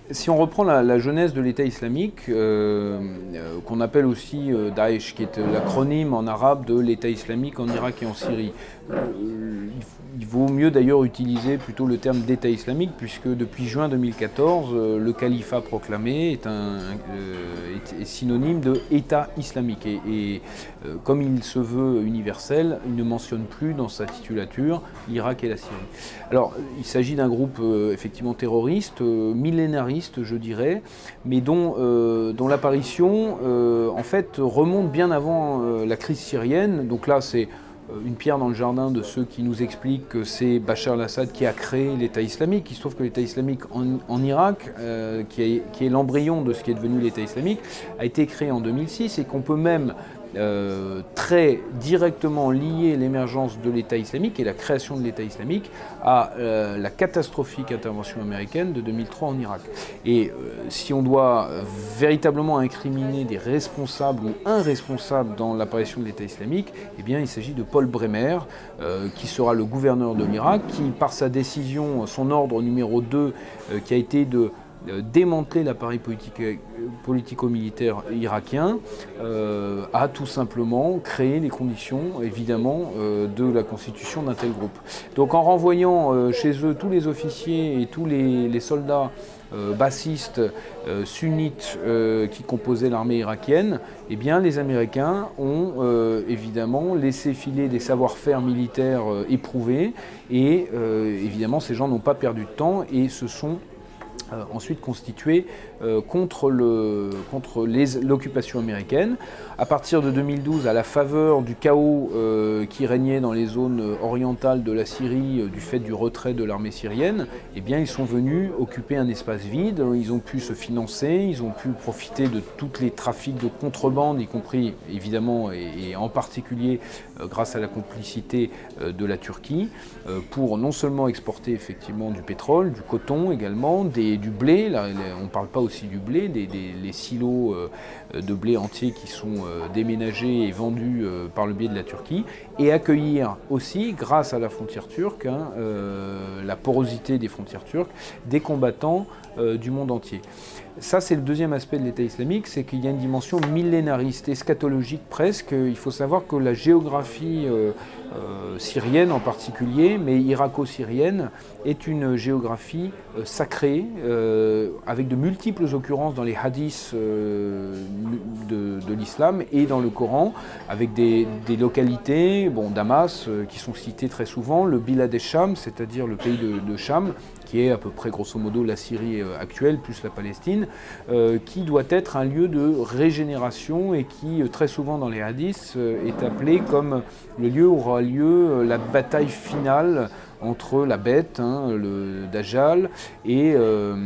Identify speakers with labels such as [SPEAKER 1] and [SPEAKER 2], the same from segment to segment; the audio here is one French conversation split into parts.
[SPEAKER 1] si on reprend la genèse de l'État islamique, qu'on appelle aussi Daesh, qui est l'acronyme en arabe de l'État islamique en Irak et en Syrie, il vaut mieux d'ailleurs utiliser plutôt le terme d'État islamique, puisque depuis juin 2014, le califat proclamé est synonyme de État islamique. Comme il se veut universel, il ne mentionne plus dans sa titulature l'Irak et la Syrie. Alors, il s'agit d'un groupe effectivement terroriste, millénariste, je dirais, mais dont l'apparition en fait remonte bien avant la crise syrienne. Donc là, c'est une pierre dans le jardin de ceux qui nous expliquent que c'est Bachar al-Assad qui a créé l'État islamique. Il se trouve que l'État islamique en Irak, qui est l'embryon de ce qui est devenu l'État islamique, a été créé en 2006 et qu'on peut même très directement lier l'émergence de l'État islamique et la création de l'État islamique à la catastrophique intervention américaine de 2003 en Irak. Et si on doit véritablement incriminer des responsables ou un responsable dans l'apparition de l'État islamique, eh bien il s'agit de Paul Bremer, qui sera le gouverneur de l'Irak, qui par sa décision, son ordre numéro 2, qui a été de démanteler l'appareil politico-militaire irakien, a tout simplement créé les conditions, évidemment, de la constitution d'un tel groupe. Donc en renvoyant chez eux tous les officiers et tous les soldats bassistes, sunnites qui composaient l'armée irakienne, eh bien les Américains ont évidemment laissé filer des savoir-faire militaires éprouvés et évidemment ces gens n'ont pas perdu de temps et se sont ensuite constitué contre l'occupation américaine. À partir de 2012, à la faveur du chaos qui régnait dans les zones orientales de la Syrie du fait du retrait de l'armée syrienne, eh bien, ils sont venus occuper un espace vide, ils ont pu se financer, ils ont pu profiter de tous les trafics de contrebande, y compris évidemment et en particulier grâce à la complicité de la Turquie, pour non seulement exporter effectivement du pétrole, du coton également, du blé, là, on ne parle pas aussi du blé, les silos de blé entiers qui sont déménagés et vendus par le biais de la Turquie, et accueillir aussi, grâce à la frontière turque, la porosité des frontières turques, des combattants du monde entier. Ça, c'est le deuxième aspect de l'État islamique, c'est qu'il y a une dimension millénariste, eschatologique presque. Il faut savoir que la géographie syrienne en particulier, mais irako-syrienne, est une géographie sacrée, avec de multiples occurrences dans les hadiths de l'islam et dans le Coran, avec des localités, Damas, qui sont citées très souvent, le Bilad el-Sham, c'est-à-dire le pays de Cham, qui est à peu près grosso modo la Syrie actuelle, plus la Palestine, qui doit être un lieu de régénération et qui, très souvent dans les hadiths, est appelé comme le lieu où aura lieu la bataille finale entre la bête, le Dajjal, et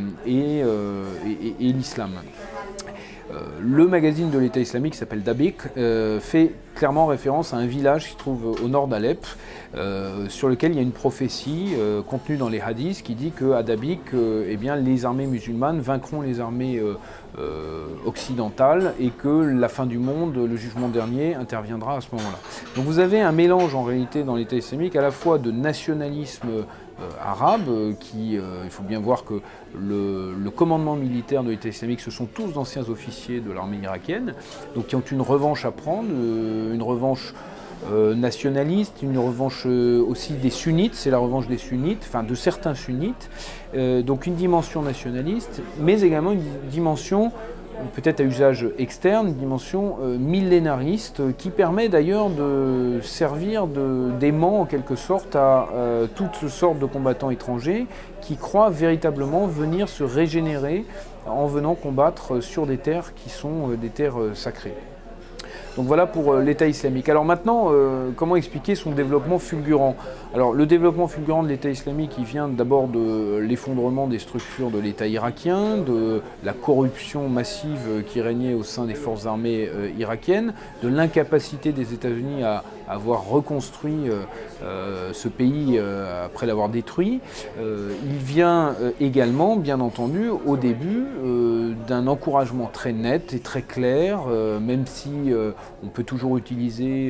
[SPEAKER 1] l'islam. Le magazine de l'État islamique qui s'appelle Dabiq fait clairement référence à un village qui se trouve au nord d'Alep, sur lequel il y a une prophétie contenue dans les hadiths qui dit qu'à Dabiq, eh bien, les armées musulmanes vaincront les armées occidentales et que la fin du monde, le jugement dernier, interviendra à ce moment-là. Donc vous avez un mélange en réalité dans l'État islamique à la fois de nationalisme arabe, il faut bien voir que le commandement militaire de l'État islamique, ce sont tous d'anciens officiers de l'armée irakienne, donc qui ont une revanche à prendre, une revanche nationaliste, une revanche aussi des sunnites, c'est la revanche des sunnites, enfin de certains sunnites, donc une dimension nationaliste, mais également une dimension peut-être à usage externe, une dimension millénariste qui permet d'ailleurs de servir d'aimant en quelque sorte à toutes sortes de combattants étrangers qui croient véritablement venir se régénérer en venant combattre sur des terres qui sont des terres sacrées. Donc voilà pour l'État islamique. Alors maintenant, comment expliquer son développement fulgurant? Alors le développement fulgurant de l'État islamique, il vient d'abord de l'effondrement des structures de l'État irakien, de la corruption massive qui régnait au sein des forces armées irakiennes, de l'incapacité des États-Unis à avoir reconstruit ce pays après l'avoir détruit. Il vient également, bien entendu, au début d'un encouragement très net et très clair, même si on peut toujours utiliser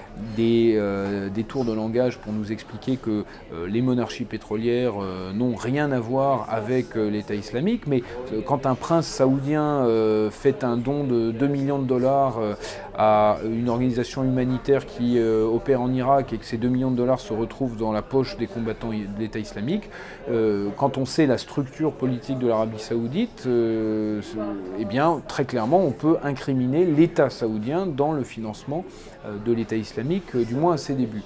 [SPEAKER 1] des tours de langage pour nous expliquer que les monarchies pétrolières n'ont rien à voir avec l'État islamique, mais quand un prince saoudien fait un don de 2 millions de dollars à une organisation humanitaire qui opère en Irak et que ces 2 millions de dollars se retrouvent dans la poche des combattants de l'État islamique, quand on sait la structure politique de l'Arabie saoudite, eh bien, très clairement, on peut incriminer l'État saoudien dans le financement de l'État islamique, du moins à ses débuts.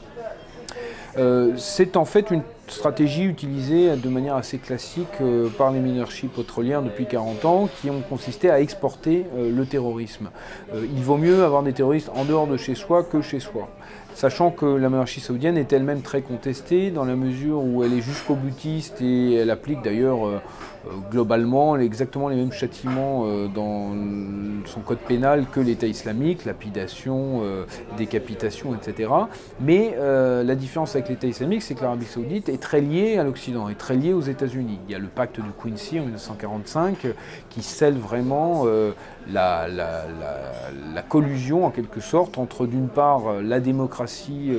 [SPEAKER 1] C'est en fait une stratégie utilisée de manière assez classique par les monarchies pétrolières depuis 40 ans, qui ont consisté à exporter le terrorisme. Il vaut mieux avoir des terroristes en dehors de chez soi que chez soi. Sachant que la monarchie saoudienne est elle-même très contestée dans la mesure où elle est jusqu'au boutiste et elle applique d'ailleurs globalement exactement les mêmes châtiments dans son code pénal que l'État islamique, lapidation, décapitation, etc. Mais la différence avec l'État islamique, c'est que l'Arabie saoudite est très liée à l'Occident, est très liée aux États-Unis. Il y a le pacte de Quincy en 1945 qui scelle vraiment la collusion en quelque sorte entre d'une part la démocratie,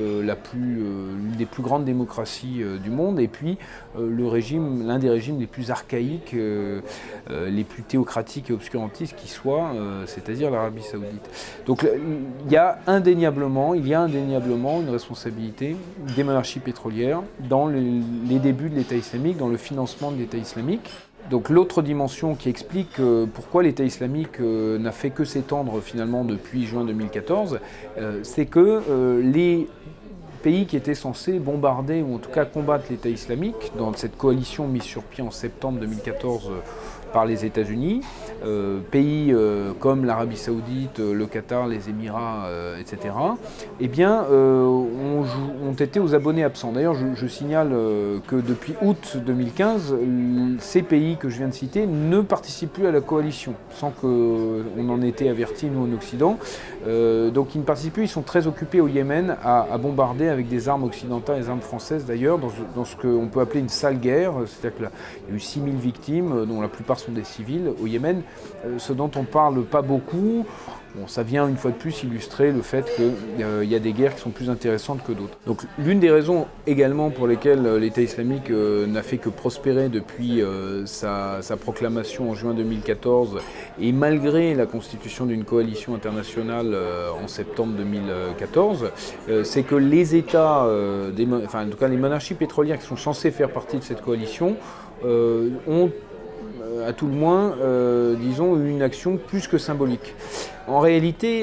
[SPEAKER 1] l'une des plus grandes démocraties du monde, et puis l'un des régimes les plus archaïques, les plus théocratiques et obscurantistes qui soient, c'est-à-dire l'Arabie saoudite. Donc il y a indéniablement une responsabilité des monarchies pétrolières dans les débuts de l'État islamique, dans le financement de l'État islamique. Donc l'autre dimension qui explique pourquoi l'État islamique n'a fait que s'étendre finalement depuis juin 2014, c'est que les pays qui étaient censés bombarder ou en tout cas combattre l'État islamique dans cette coalition mise sur pied en septembre 2014 par les États-Unis, pays comme l'Arabie saoudite, le Qatar, les Émirats, etc., eh bien, ont été aux abonnés absents. D'ailleurs, je signale que depuis août 2015, ces pays que je viens de citer ne participent plus à la coalition, sans qu'on en ait été avertis, nous, en Occident. Donc ils ne participent plus, ils sont très occupés au Yémen à bombarder avec des armes occidentales, des armes françaises d'ailleurs, dans ce qu'on peut appeler une sale guerre, c'est-à-dire qu'il y a eu 6000 victimes, dont la plupart sont des civils au Yémen, ce dont on ne parle pas beaucoup. Bon, ça vient une fois de plus illustrer le fait qu'il y a des guerres qui sont plus intéressantes que d'autres. Donc l'une des raisons également pour lesquelles l'État islamique n'a fait que prospérer depuis sa proclamation en juin 2014 et malgré la constitution d'une coalition internationale en septembre 2014, c'est que les États, en tout cas les monarchies pétrolières qui sont censées faire partie de cette coalition, ont à tout le moins, disons, une action plus que symbolique. En réalité,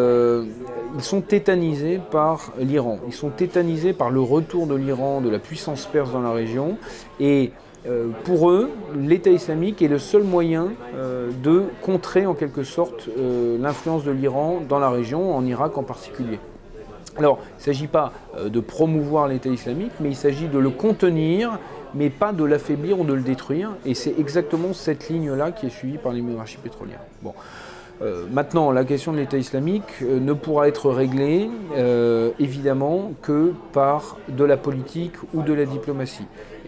[SPEAKER 1] ils sont tétanisés par l'Iran. Ils sont tétanisés par le retour de l'Iran, de la puissance perse dans la région. Et pour eux, l'État islamique est le seul moyen de contrer en quelque sorte l'influence de l'Iran dans la région, en Irak en particulier. Alors, il ne s'agit pas de promouvoir l'État islamique, mais il s'agit de le contenir, mais pas de l'affaiblir ou de le détruire. Et c'est exactement cette ligne-là qui est suivie par les monarchies pétrolières. Bon. Maintenant, la question de l'État islamique ne pourra être réglée, évidemment, que par de la politique ou de la diplomatie.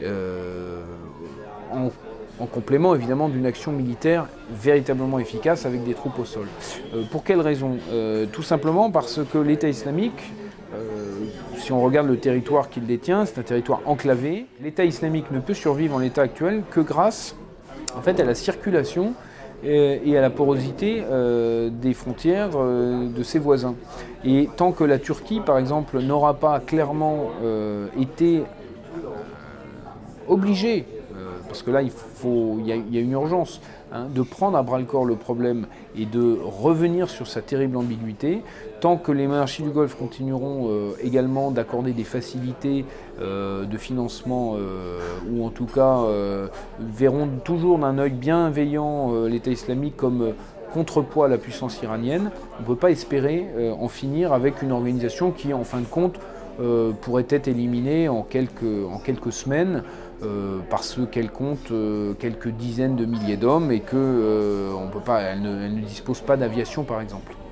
[SPEAKER 1] En complément, évidemment, d'une action militaire véritablement efficace avec des troupes au sol. Pour quelle raison ? Tout simplement parce que l'État islamique, si on regarde le territoire qu'il détient, c'est un territoire enclavé. L'État islamique ne peut survivre en l'état actuel que grâce, en fait, à la circulation et à la porosité des frontières de ses voisins. Et tant que la Turquie, par exemple, n'aura pas clairement été obligée, parce que là, il y a une urgence, de prendre à bras-le-corps le problème et de revenir sur sa terrible ambiguïté, tant que les monarchies du Golfe continueront également d'accorder des facilités de financement, ou en tout cas verront toujours d'un œil bienveillant l'État islamique comme contrepoids à la puissance iranienne, on ne peut pas espérer en finir avec une organisation qui, en fin de compte, pourrait être éliminée en quelques semaines, parce qu'elle compte quelques dizaines de milliers d'hommes et qu'elle ne dispose pas d'aviation par exemple.